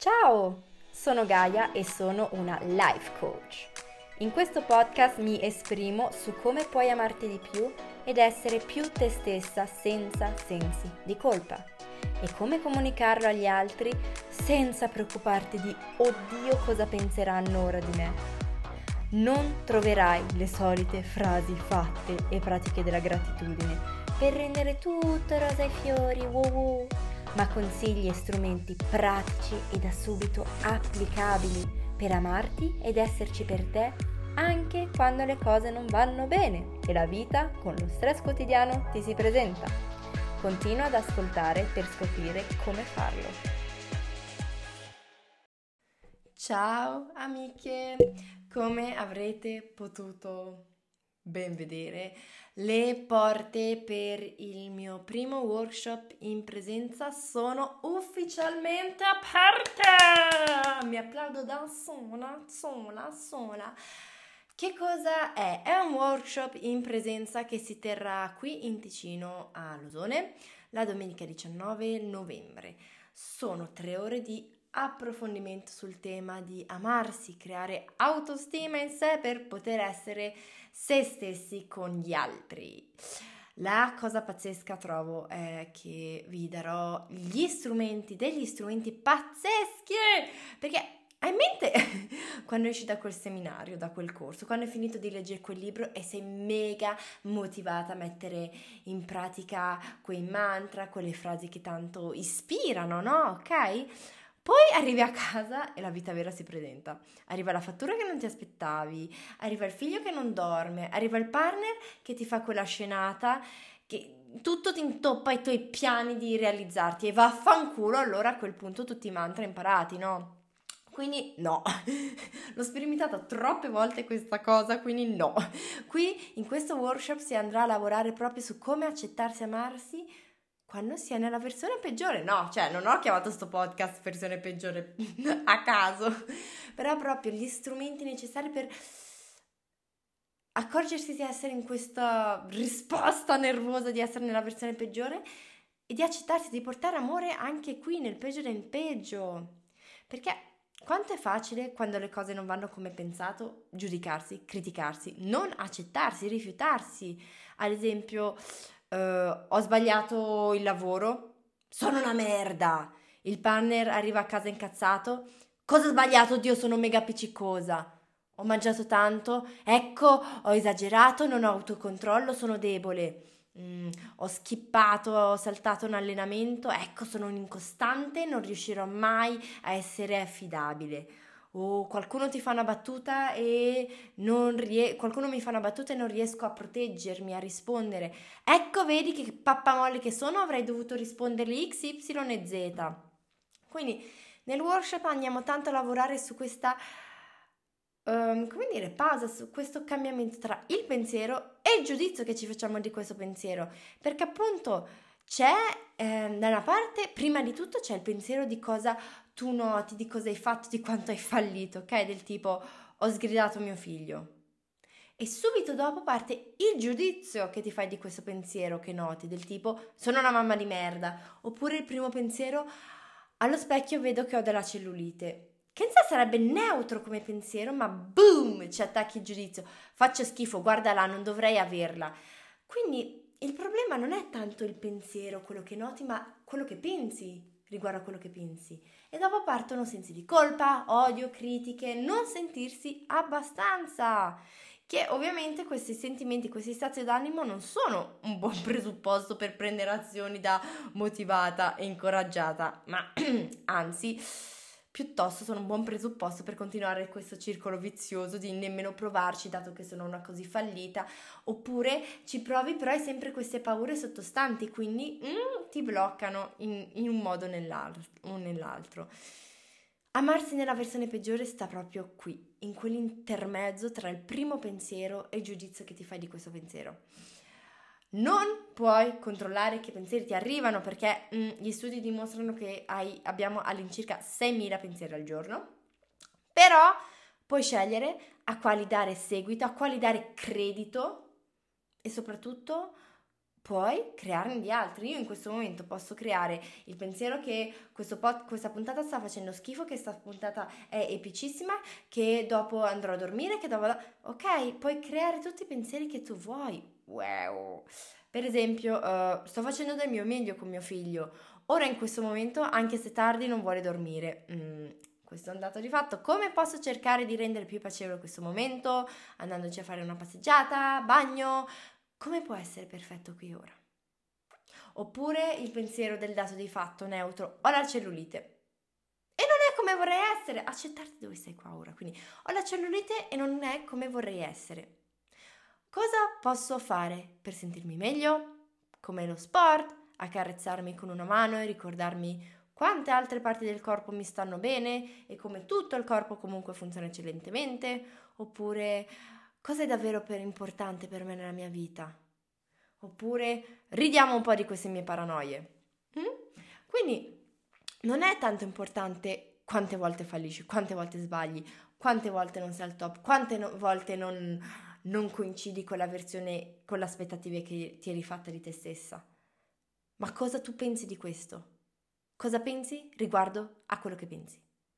Ciao, sono Gaia e sono una life coach. In questo podcast mi esprimo su come puoi amarti di più ed essere più te stessa senza sensi di colpa e come comunicarlo agli altri senza preoccuparti di oddio cosa penseranno ora di me. Non troverai le solite frasi fatte e pratiche della gratitudine per rendere tutto rosa e fiori, ma consigli e strumenti pratici e da subito applicabili per amarti ed esserci per te anche quando le cose non vanno bene e la vita con lo stress quotidiano ti si presenta. Continua ad ascoltare per scoprire come farlo. Ciao amiche, come avrete potuto ben vedere, le porte per il mio primo workshop in presenza sono ufficialmente aperte! Mi applaudo da sola. Che cosa è? È un workshop in presenza che si terrà qui in Ticino a Losone la domenica 19 novembre. Sono 3 ore di approfondimento sul tema di amarsi, creare autostima in sé per poter essere se stessi con gli altri. La cosa pazzesca trovo è che vi darò degli strumenti pazzeschi, perché hai in mente quando esci da quel seminario, da quel corso, quando hai finito di leggere quel libro e sei mega motivata a mettere in pratica quei mantra, quelle frasi che tanto ispirano, no? Ok? Poi arrivi a casa e la vita vera si presenta. Arriva la fattura che non ti aspettavi, arriva il figlio che non dorme, arriva il partner che ti fa quella scenata, che tutto ti intoppa ai tuoi piani di realizzarti e vaffanculo, allora a quel punto tutti i mantra imparati, no? Quindi no, l'ho sperimentata troppe volte questa cosa, quindi no. Qui in questo workshop si andrà a lavorare proprio su come accettarsi e amarsi quando si è nella versione peggiore. No, cioè non ho chiamato sto podcast versione peggiore a caso, però proprio gli strumenti necessari per accorgersi di essere in questa risposta nervosa di essere nella versione peggiore e di accettarsi, di portare amore anche qui nel peggio del peggio. Perché quanto è facile quando le cose non vanno come pensato giudicarsi, criticarsi, non accettarsi, rifiutarsi. Ad esempio, ho sbagliato il lavoro, sono una merda. Il partner arriva a casa incazzato, cosa ho sbagliato? Oddio, sono mega appiccicosa. Ho mangiato tanto, ecco, ho esagerato, non ho autocontrollo, sono debole. Ho skippato, ho saltato un allenamento, ecco, sono un incostante, non riuscirò mai a essere affidabile. O qualcuno ti fa una battuta e qualcuno mi fa una battuta e non riesco a proteggermi, a rispondere. Ecco, vedi che pappamolle che sono, avrei dovuto rispondergli X, Y e Z. Quindi nel workshop andiamo tanto a lavorare su questa pausa su questo cambiamento tra il pensiero e il giudizio che ci facciamo di questo pensiero, perché appunto c'è da una parte, prima di tutto c'è il pensiero di cosa tu noti, di cosa hai fatto, di quanto hai fallito, ok? Del tipo ho sgridato mio figlio. E subito dopo parte il giudizio che ti fai di questo pensiero che noti, del tipo sono una mamma di merda, oppure il primo pensiero allo specchio vedo che ho della cellulite. Che in sé sarebbe neutro come pensiero, ma boom, ci attacchi il giudizio. Faccio schifo, guarda là, non dovrei averla. Quindi il problema non è tanto il pensiero, quello che noti, ma quello che pensi riguardo a quello che pensi. E dopo partono sensi di colpa, odio, critiche, non sentirsi abbastanza. Che ovviamente questi sentimenti, questi stati d'animo non sono un buon presupposto per prendere azioni da motivata e incoraggiata, ma anzi, piuttosto sono un buon presupposto per continuare questo circolo vizioso di nemmeno provarci, dato che sono una così fallita, oppure ci provi però hai sempre queste paure sottostanti, quindi ti bloccano in un modo o nell'altro. Amarsi nella versione peggiore sta proprio qui, in quell'intermezzo tra il primo pensiero e il giudizio che ti fai di questo pensiero. Non puoi controllare che pensieri ti arrivano perché gli studi dimostrano che abbiamo all'incirca 6.000 pensieri al giorno, però puoi scegliere a quali dare seguito, a quali dare credito e soprattutto puoi crearne di altri. Io in questo momento posso creare il pensiero che questa puntata sta facendo schifo, che questa puntata è epicissima, che dopo andrò a dormire, che dopo... Ok, puoi creare tutti i pensieri che tu vuoi. Wow! Per esempio, sto facendo del mio meglio con mio figlio. Ora in questo momento, anche se tardi, non vuole dormire. Questo è un dato di fatto. Come posso cercare di rendere più piacevole questo momento? Andandoci a fare una passeggiata, bagno. Come può essere perfetto qui ora? Oppure il pensiero del dato di fatto neutro. Ho la cellulite. E non è come vorrei essere. Accettarti dove sei qua ora. Quindi ho la cellulite e non è come vorrei essere. Cosa posso fare per sentirmi meglio? Come lo sport, accarezzarmi con una mano e ricordarmi quante altre parti del corpo mi stanno bene e come tutto il corpo comunque funziona eccellentemente, oppure cosa è davvero importante per me nella mia vita, oppure ridiamo un po' di queste mie paranoie. Quindi non è tanto importante quante volte fallisci, quante volte sbagli, quante volte non sei al top, quante volte non coincidi con la versione, con le aspettative che ti eri fatta di te stessa. Ma cosa tu pensi di questo? Cosa pensi riguardo a quello che pensi?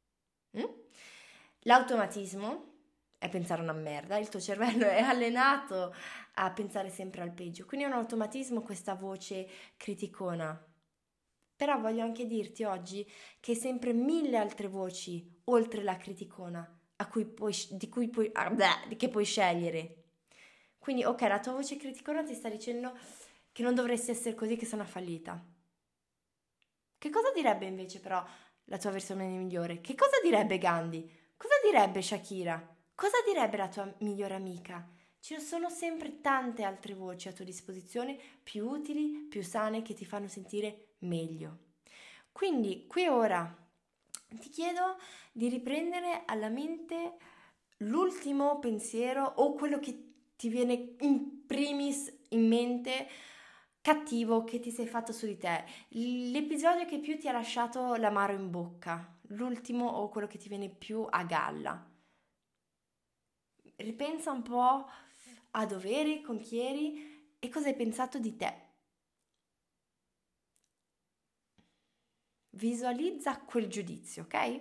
L'automatismo è pensare una merda, il tuo cervello è allenato a pensare sempre al peggio, quindi è un automatismo questa voce criticona. Però voglio anche dirti oggi che hai sempre 1000 altre voci oltre la criticona che puoi scegliere. Quindi ok, la tua voce criticona ti sta dicendo che non dovresti essere così, che sei una fallita. Che cosa direbbe invece però la tua versione migliore? Che cosa direbbe Gandhi? Cosa direbbe Shakira? Cosa direbbe la tua migliore amica? Ci sono sempre tante altre voci a tua disposizione, più utili, più sane, che ti fanno sentire meglio. Quindi qui ora ti chiedo di riprendere alla mente l'ultimo pensiero o quello che ti viene in primis in mente cattivo che ti sei fatto su di te, l'episodio che più ti ha lasciato l'amaro in bocca, l'ultimo o quello che ti viene più a galla. Ripensa un po' a dove eri, con chi eri e cosa hai pensato di te. Visualizza quel giudizio, ok?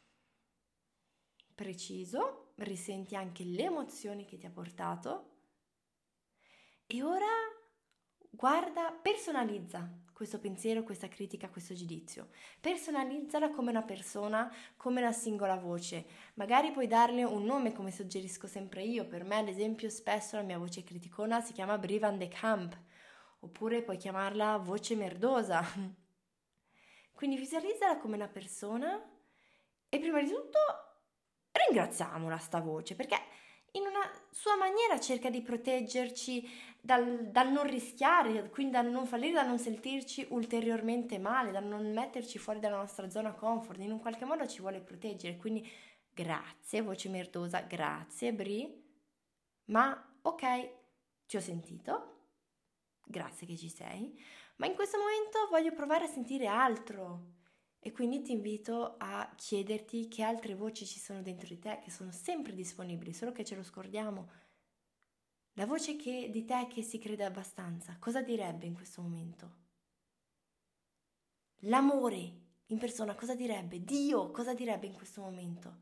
Preciso, risenti anche le emozioni che ti ha portato e ora guarda, personalizza questo pensiero, questa critica, questo giudizio. Personalizzala come una persona, come una singola voce. Magari puoi darle un nome, come suggerisco sempre io. Per me, ad esempio, spesso la mia voce criticona si chiama Brie van de Kamp, oppure puoi chiamarla voce merdosa. Quindi visualizzala come una persona e prima di tutto ringraziamola sta voce, perché in una sua maniera cerca di proteggerci dal non rischiare, quindi dal non fallire, da non sentirci ulteriormente male, da non metterci fuori dalla nostra zona comfort, in un qualche modo ci vuole proteggere, quindi grazie voce merdosa, grazie Brie, ma ok, ti ho sentito, grazie che ci sei, ma in questo momento voglio provare a sentire altro. E quindi ti invito a chiederti che altre voci ci sono dentro di te, che sono sempre disponibili, solo che ce lo scordiamo. La voce di te che si crede abbastanza, cosa direbbe in questo momento? L'amore in persona cosa direbbe? Dio cosa direbbe in questo momento?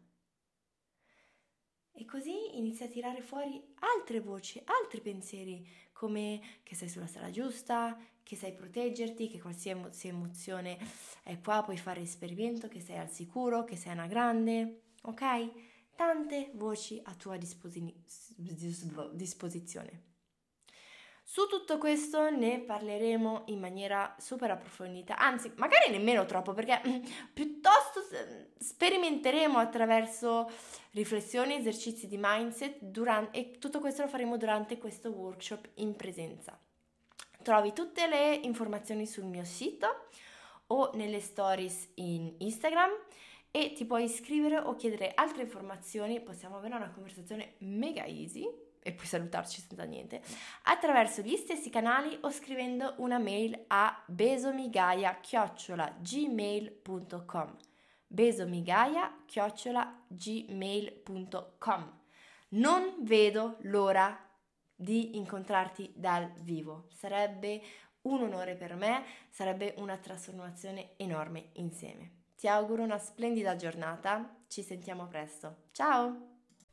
E così inizia a tirare fuori altre voci, altri pensieri, come che sei sulla strada giusta, che sai proteggerti, che qualsiasi emozione è qua, puoi fare esperimento, che sei al sicuro, che sei una grande, ok? Tante voci a tua disposizione. Su tutto questo ne parleremo in maniera super approfondita, anzi magari nemmeno troppo, perché piuttosto sperimenteremo attraverso riflessioni, esercizi di mindset e tutto questo lo faremo durante questo workshop in presenza. Trovi tutte le informazioni sul mio sito o nelle stories in Instagram e ti puoi iscrivere o chiedere altre informazioni, possiamo avere una conversazione mega easy e puoi salutarci senza niente, attraverso gli stessi canali o scrivendo una mail a besomigaia@gmail.com besomigaia@gmail.com. Non vedo l'ora di incontrarti dal vivo. Sarebbe un onore per me, sarebbe una trasformazione enorme insieme. Ti auguro una splendida giornata, ci sentiamo presto. Ciao!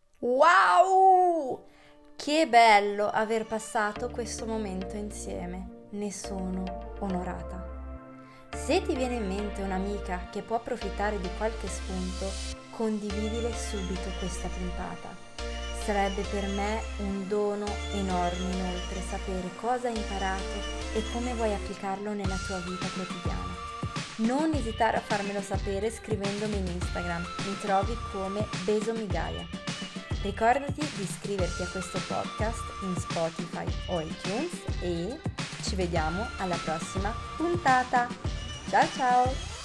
Wow! Che bello aver passato questo momento insieme, ne sono onorata. Se ti viene in mente un'amica che può approfittare di qualche spunto, condividile subito questa puntata. Sarebbe per me un dono enorme inoltre sapere cosa hai imparato e come vuoi applicarlo nella tua vita quotidiana. Non esitare a farmelo sapere scrivendomi in Instagram, mi trovi come Besomigaia. Ricordati di iscriverti a questo podcast in Spotify o iTunes e ci vediamo alla prossima puntata. Ciao ciao!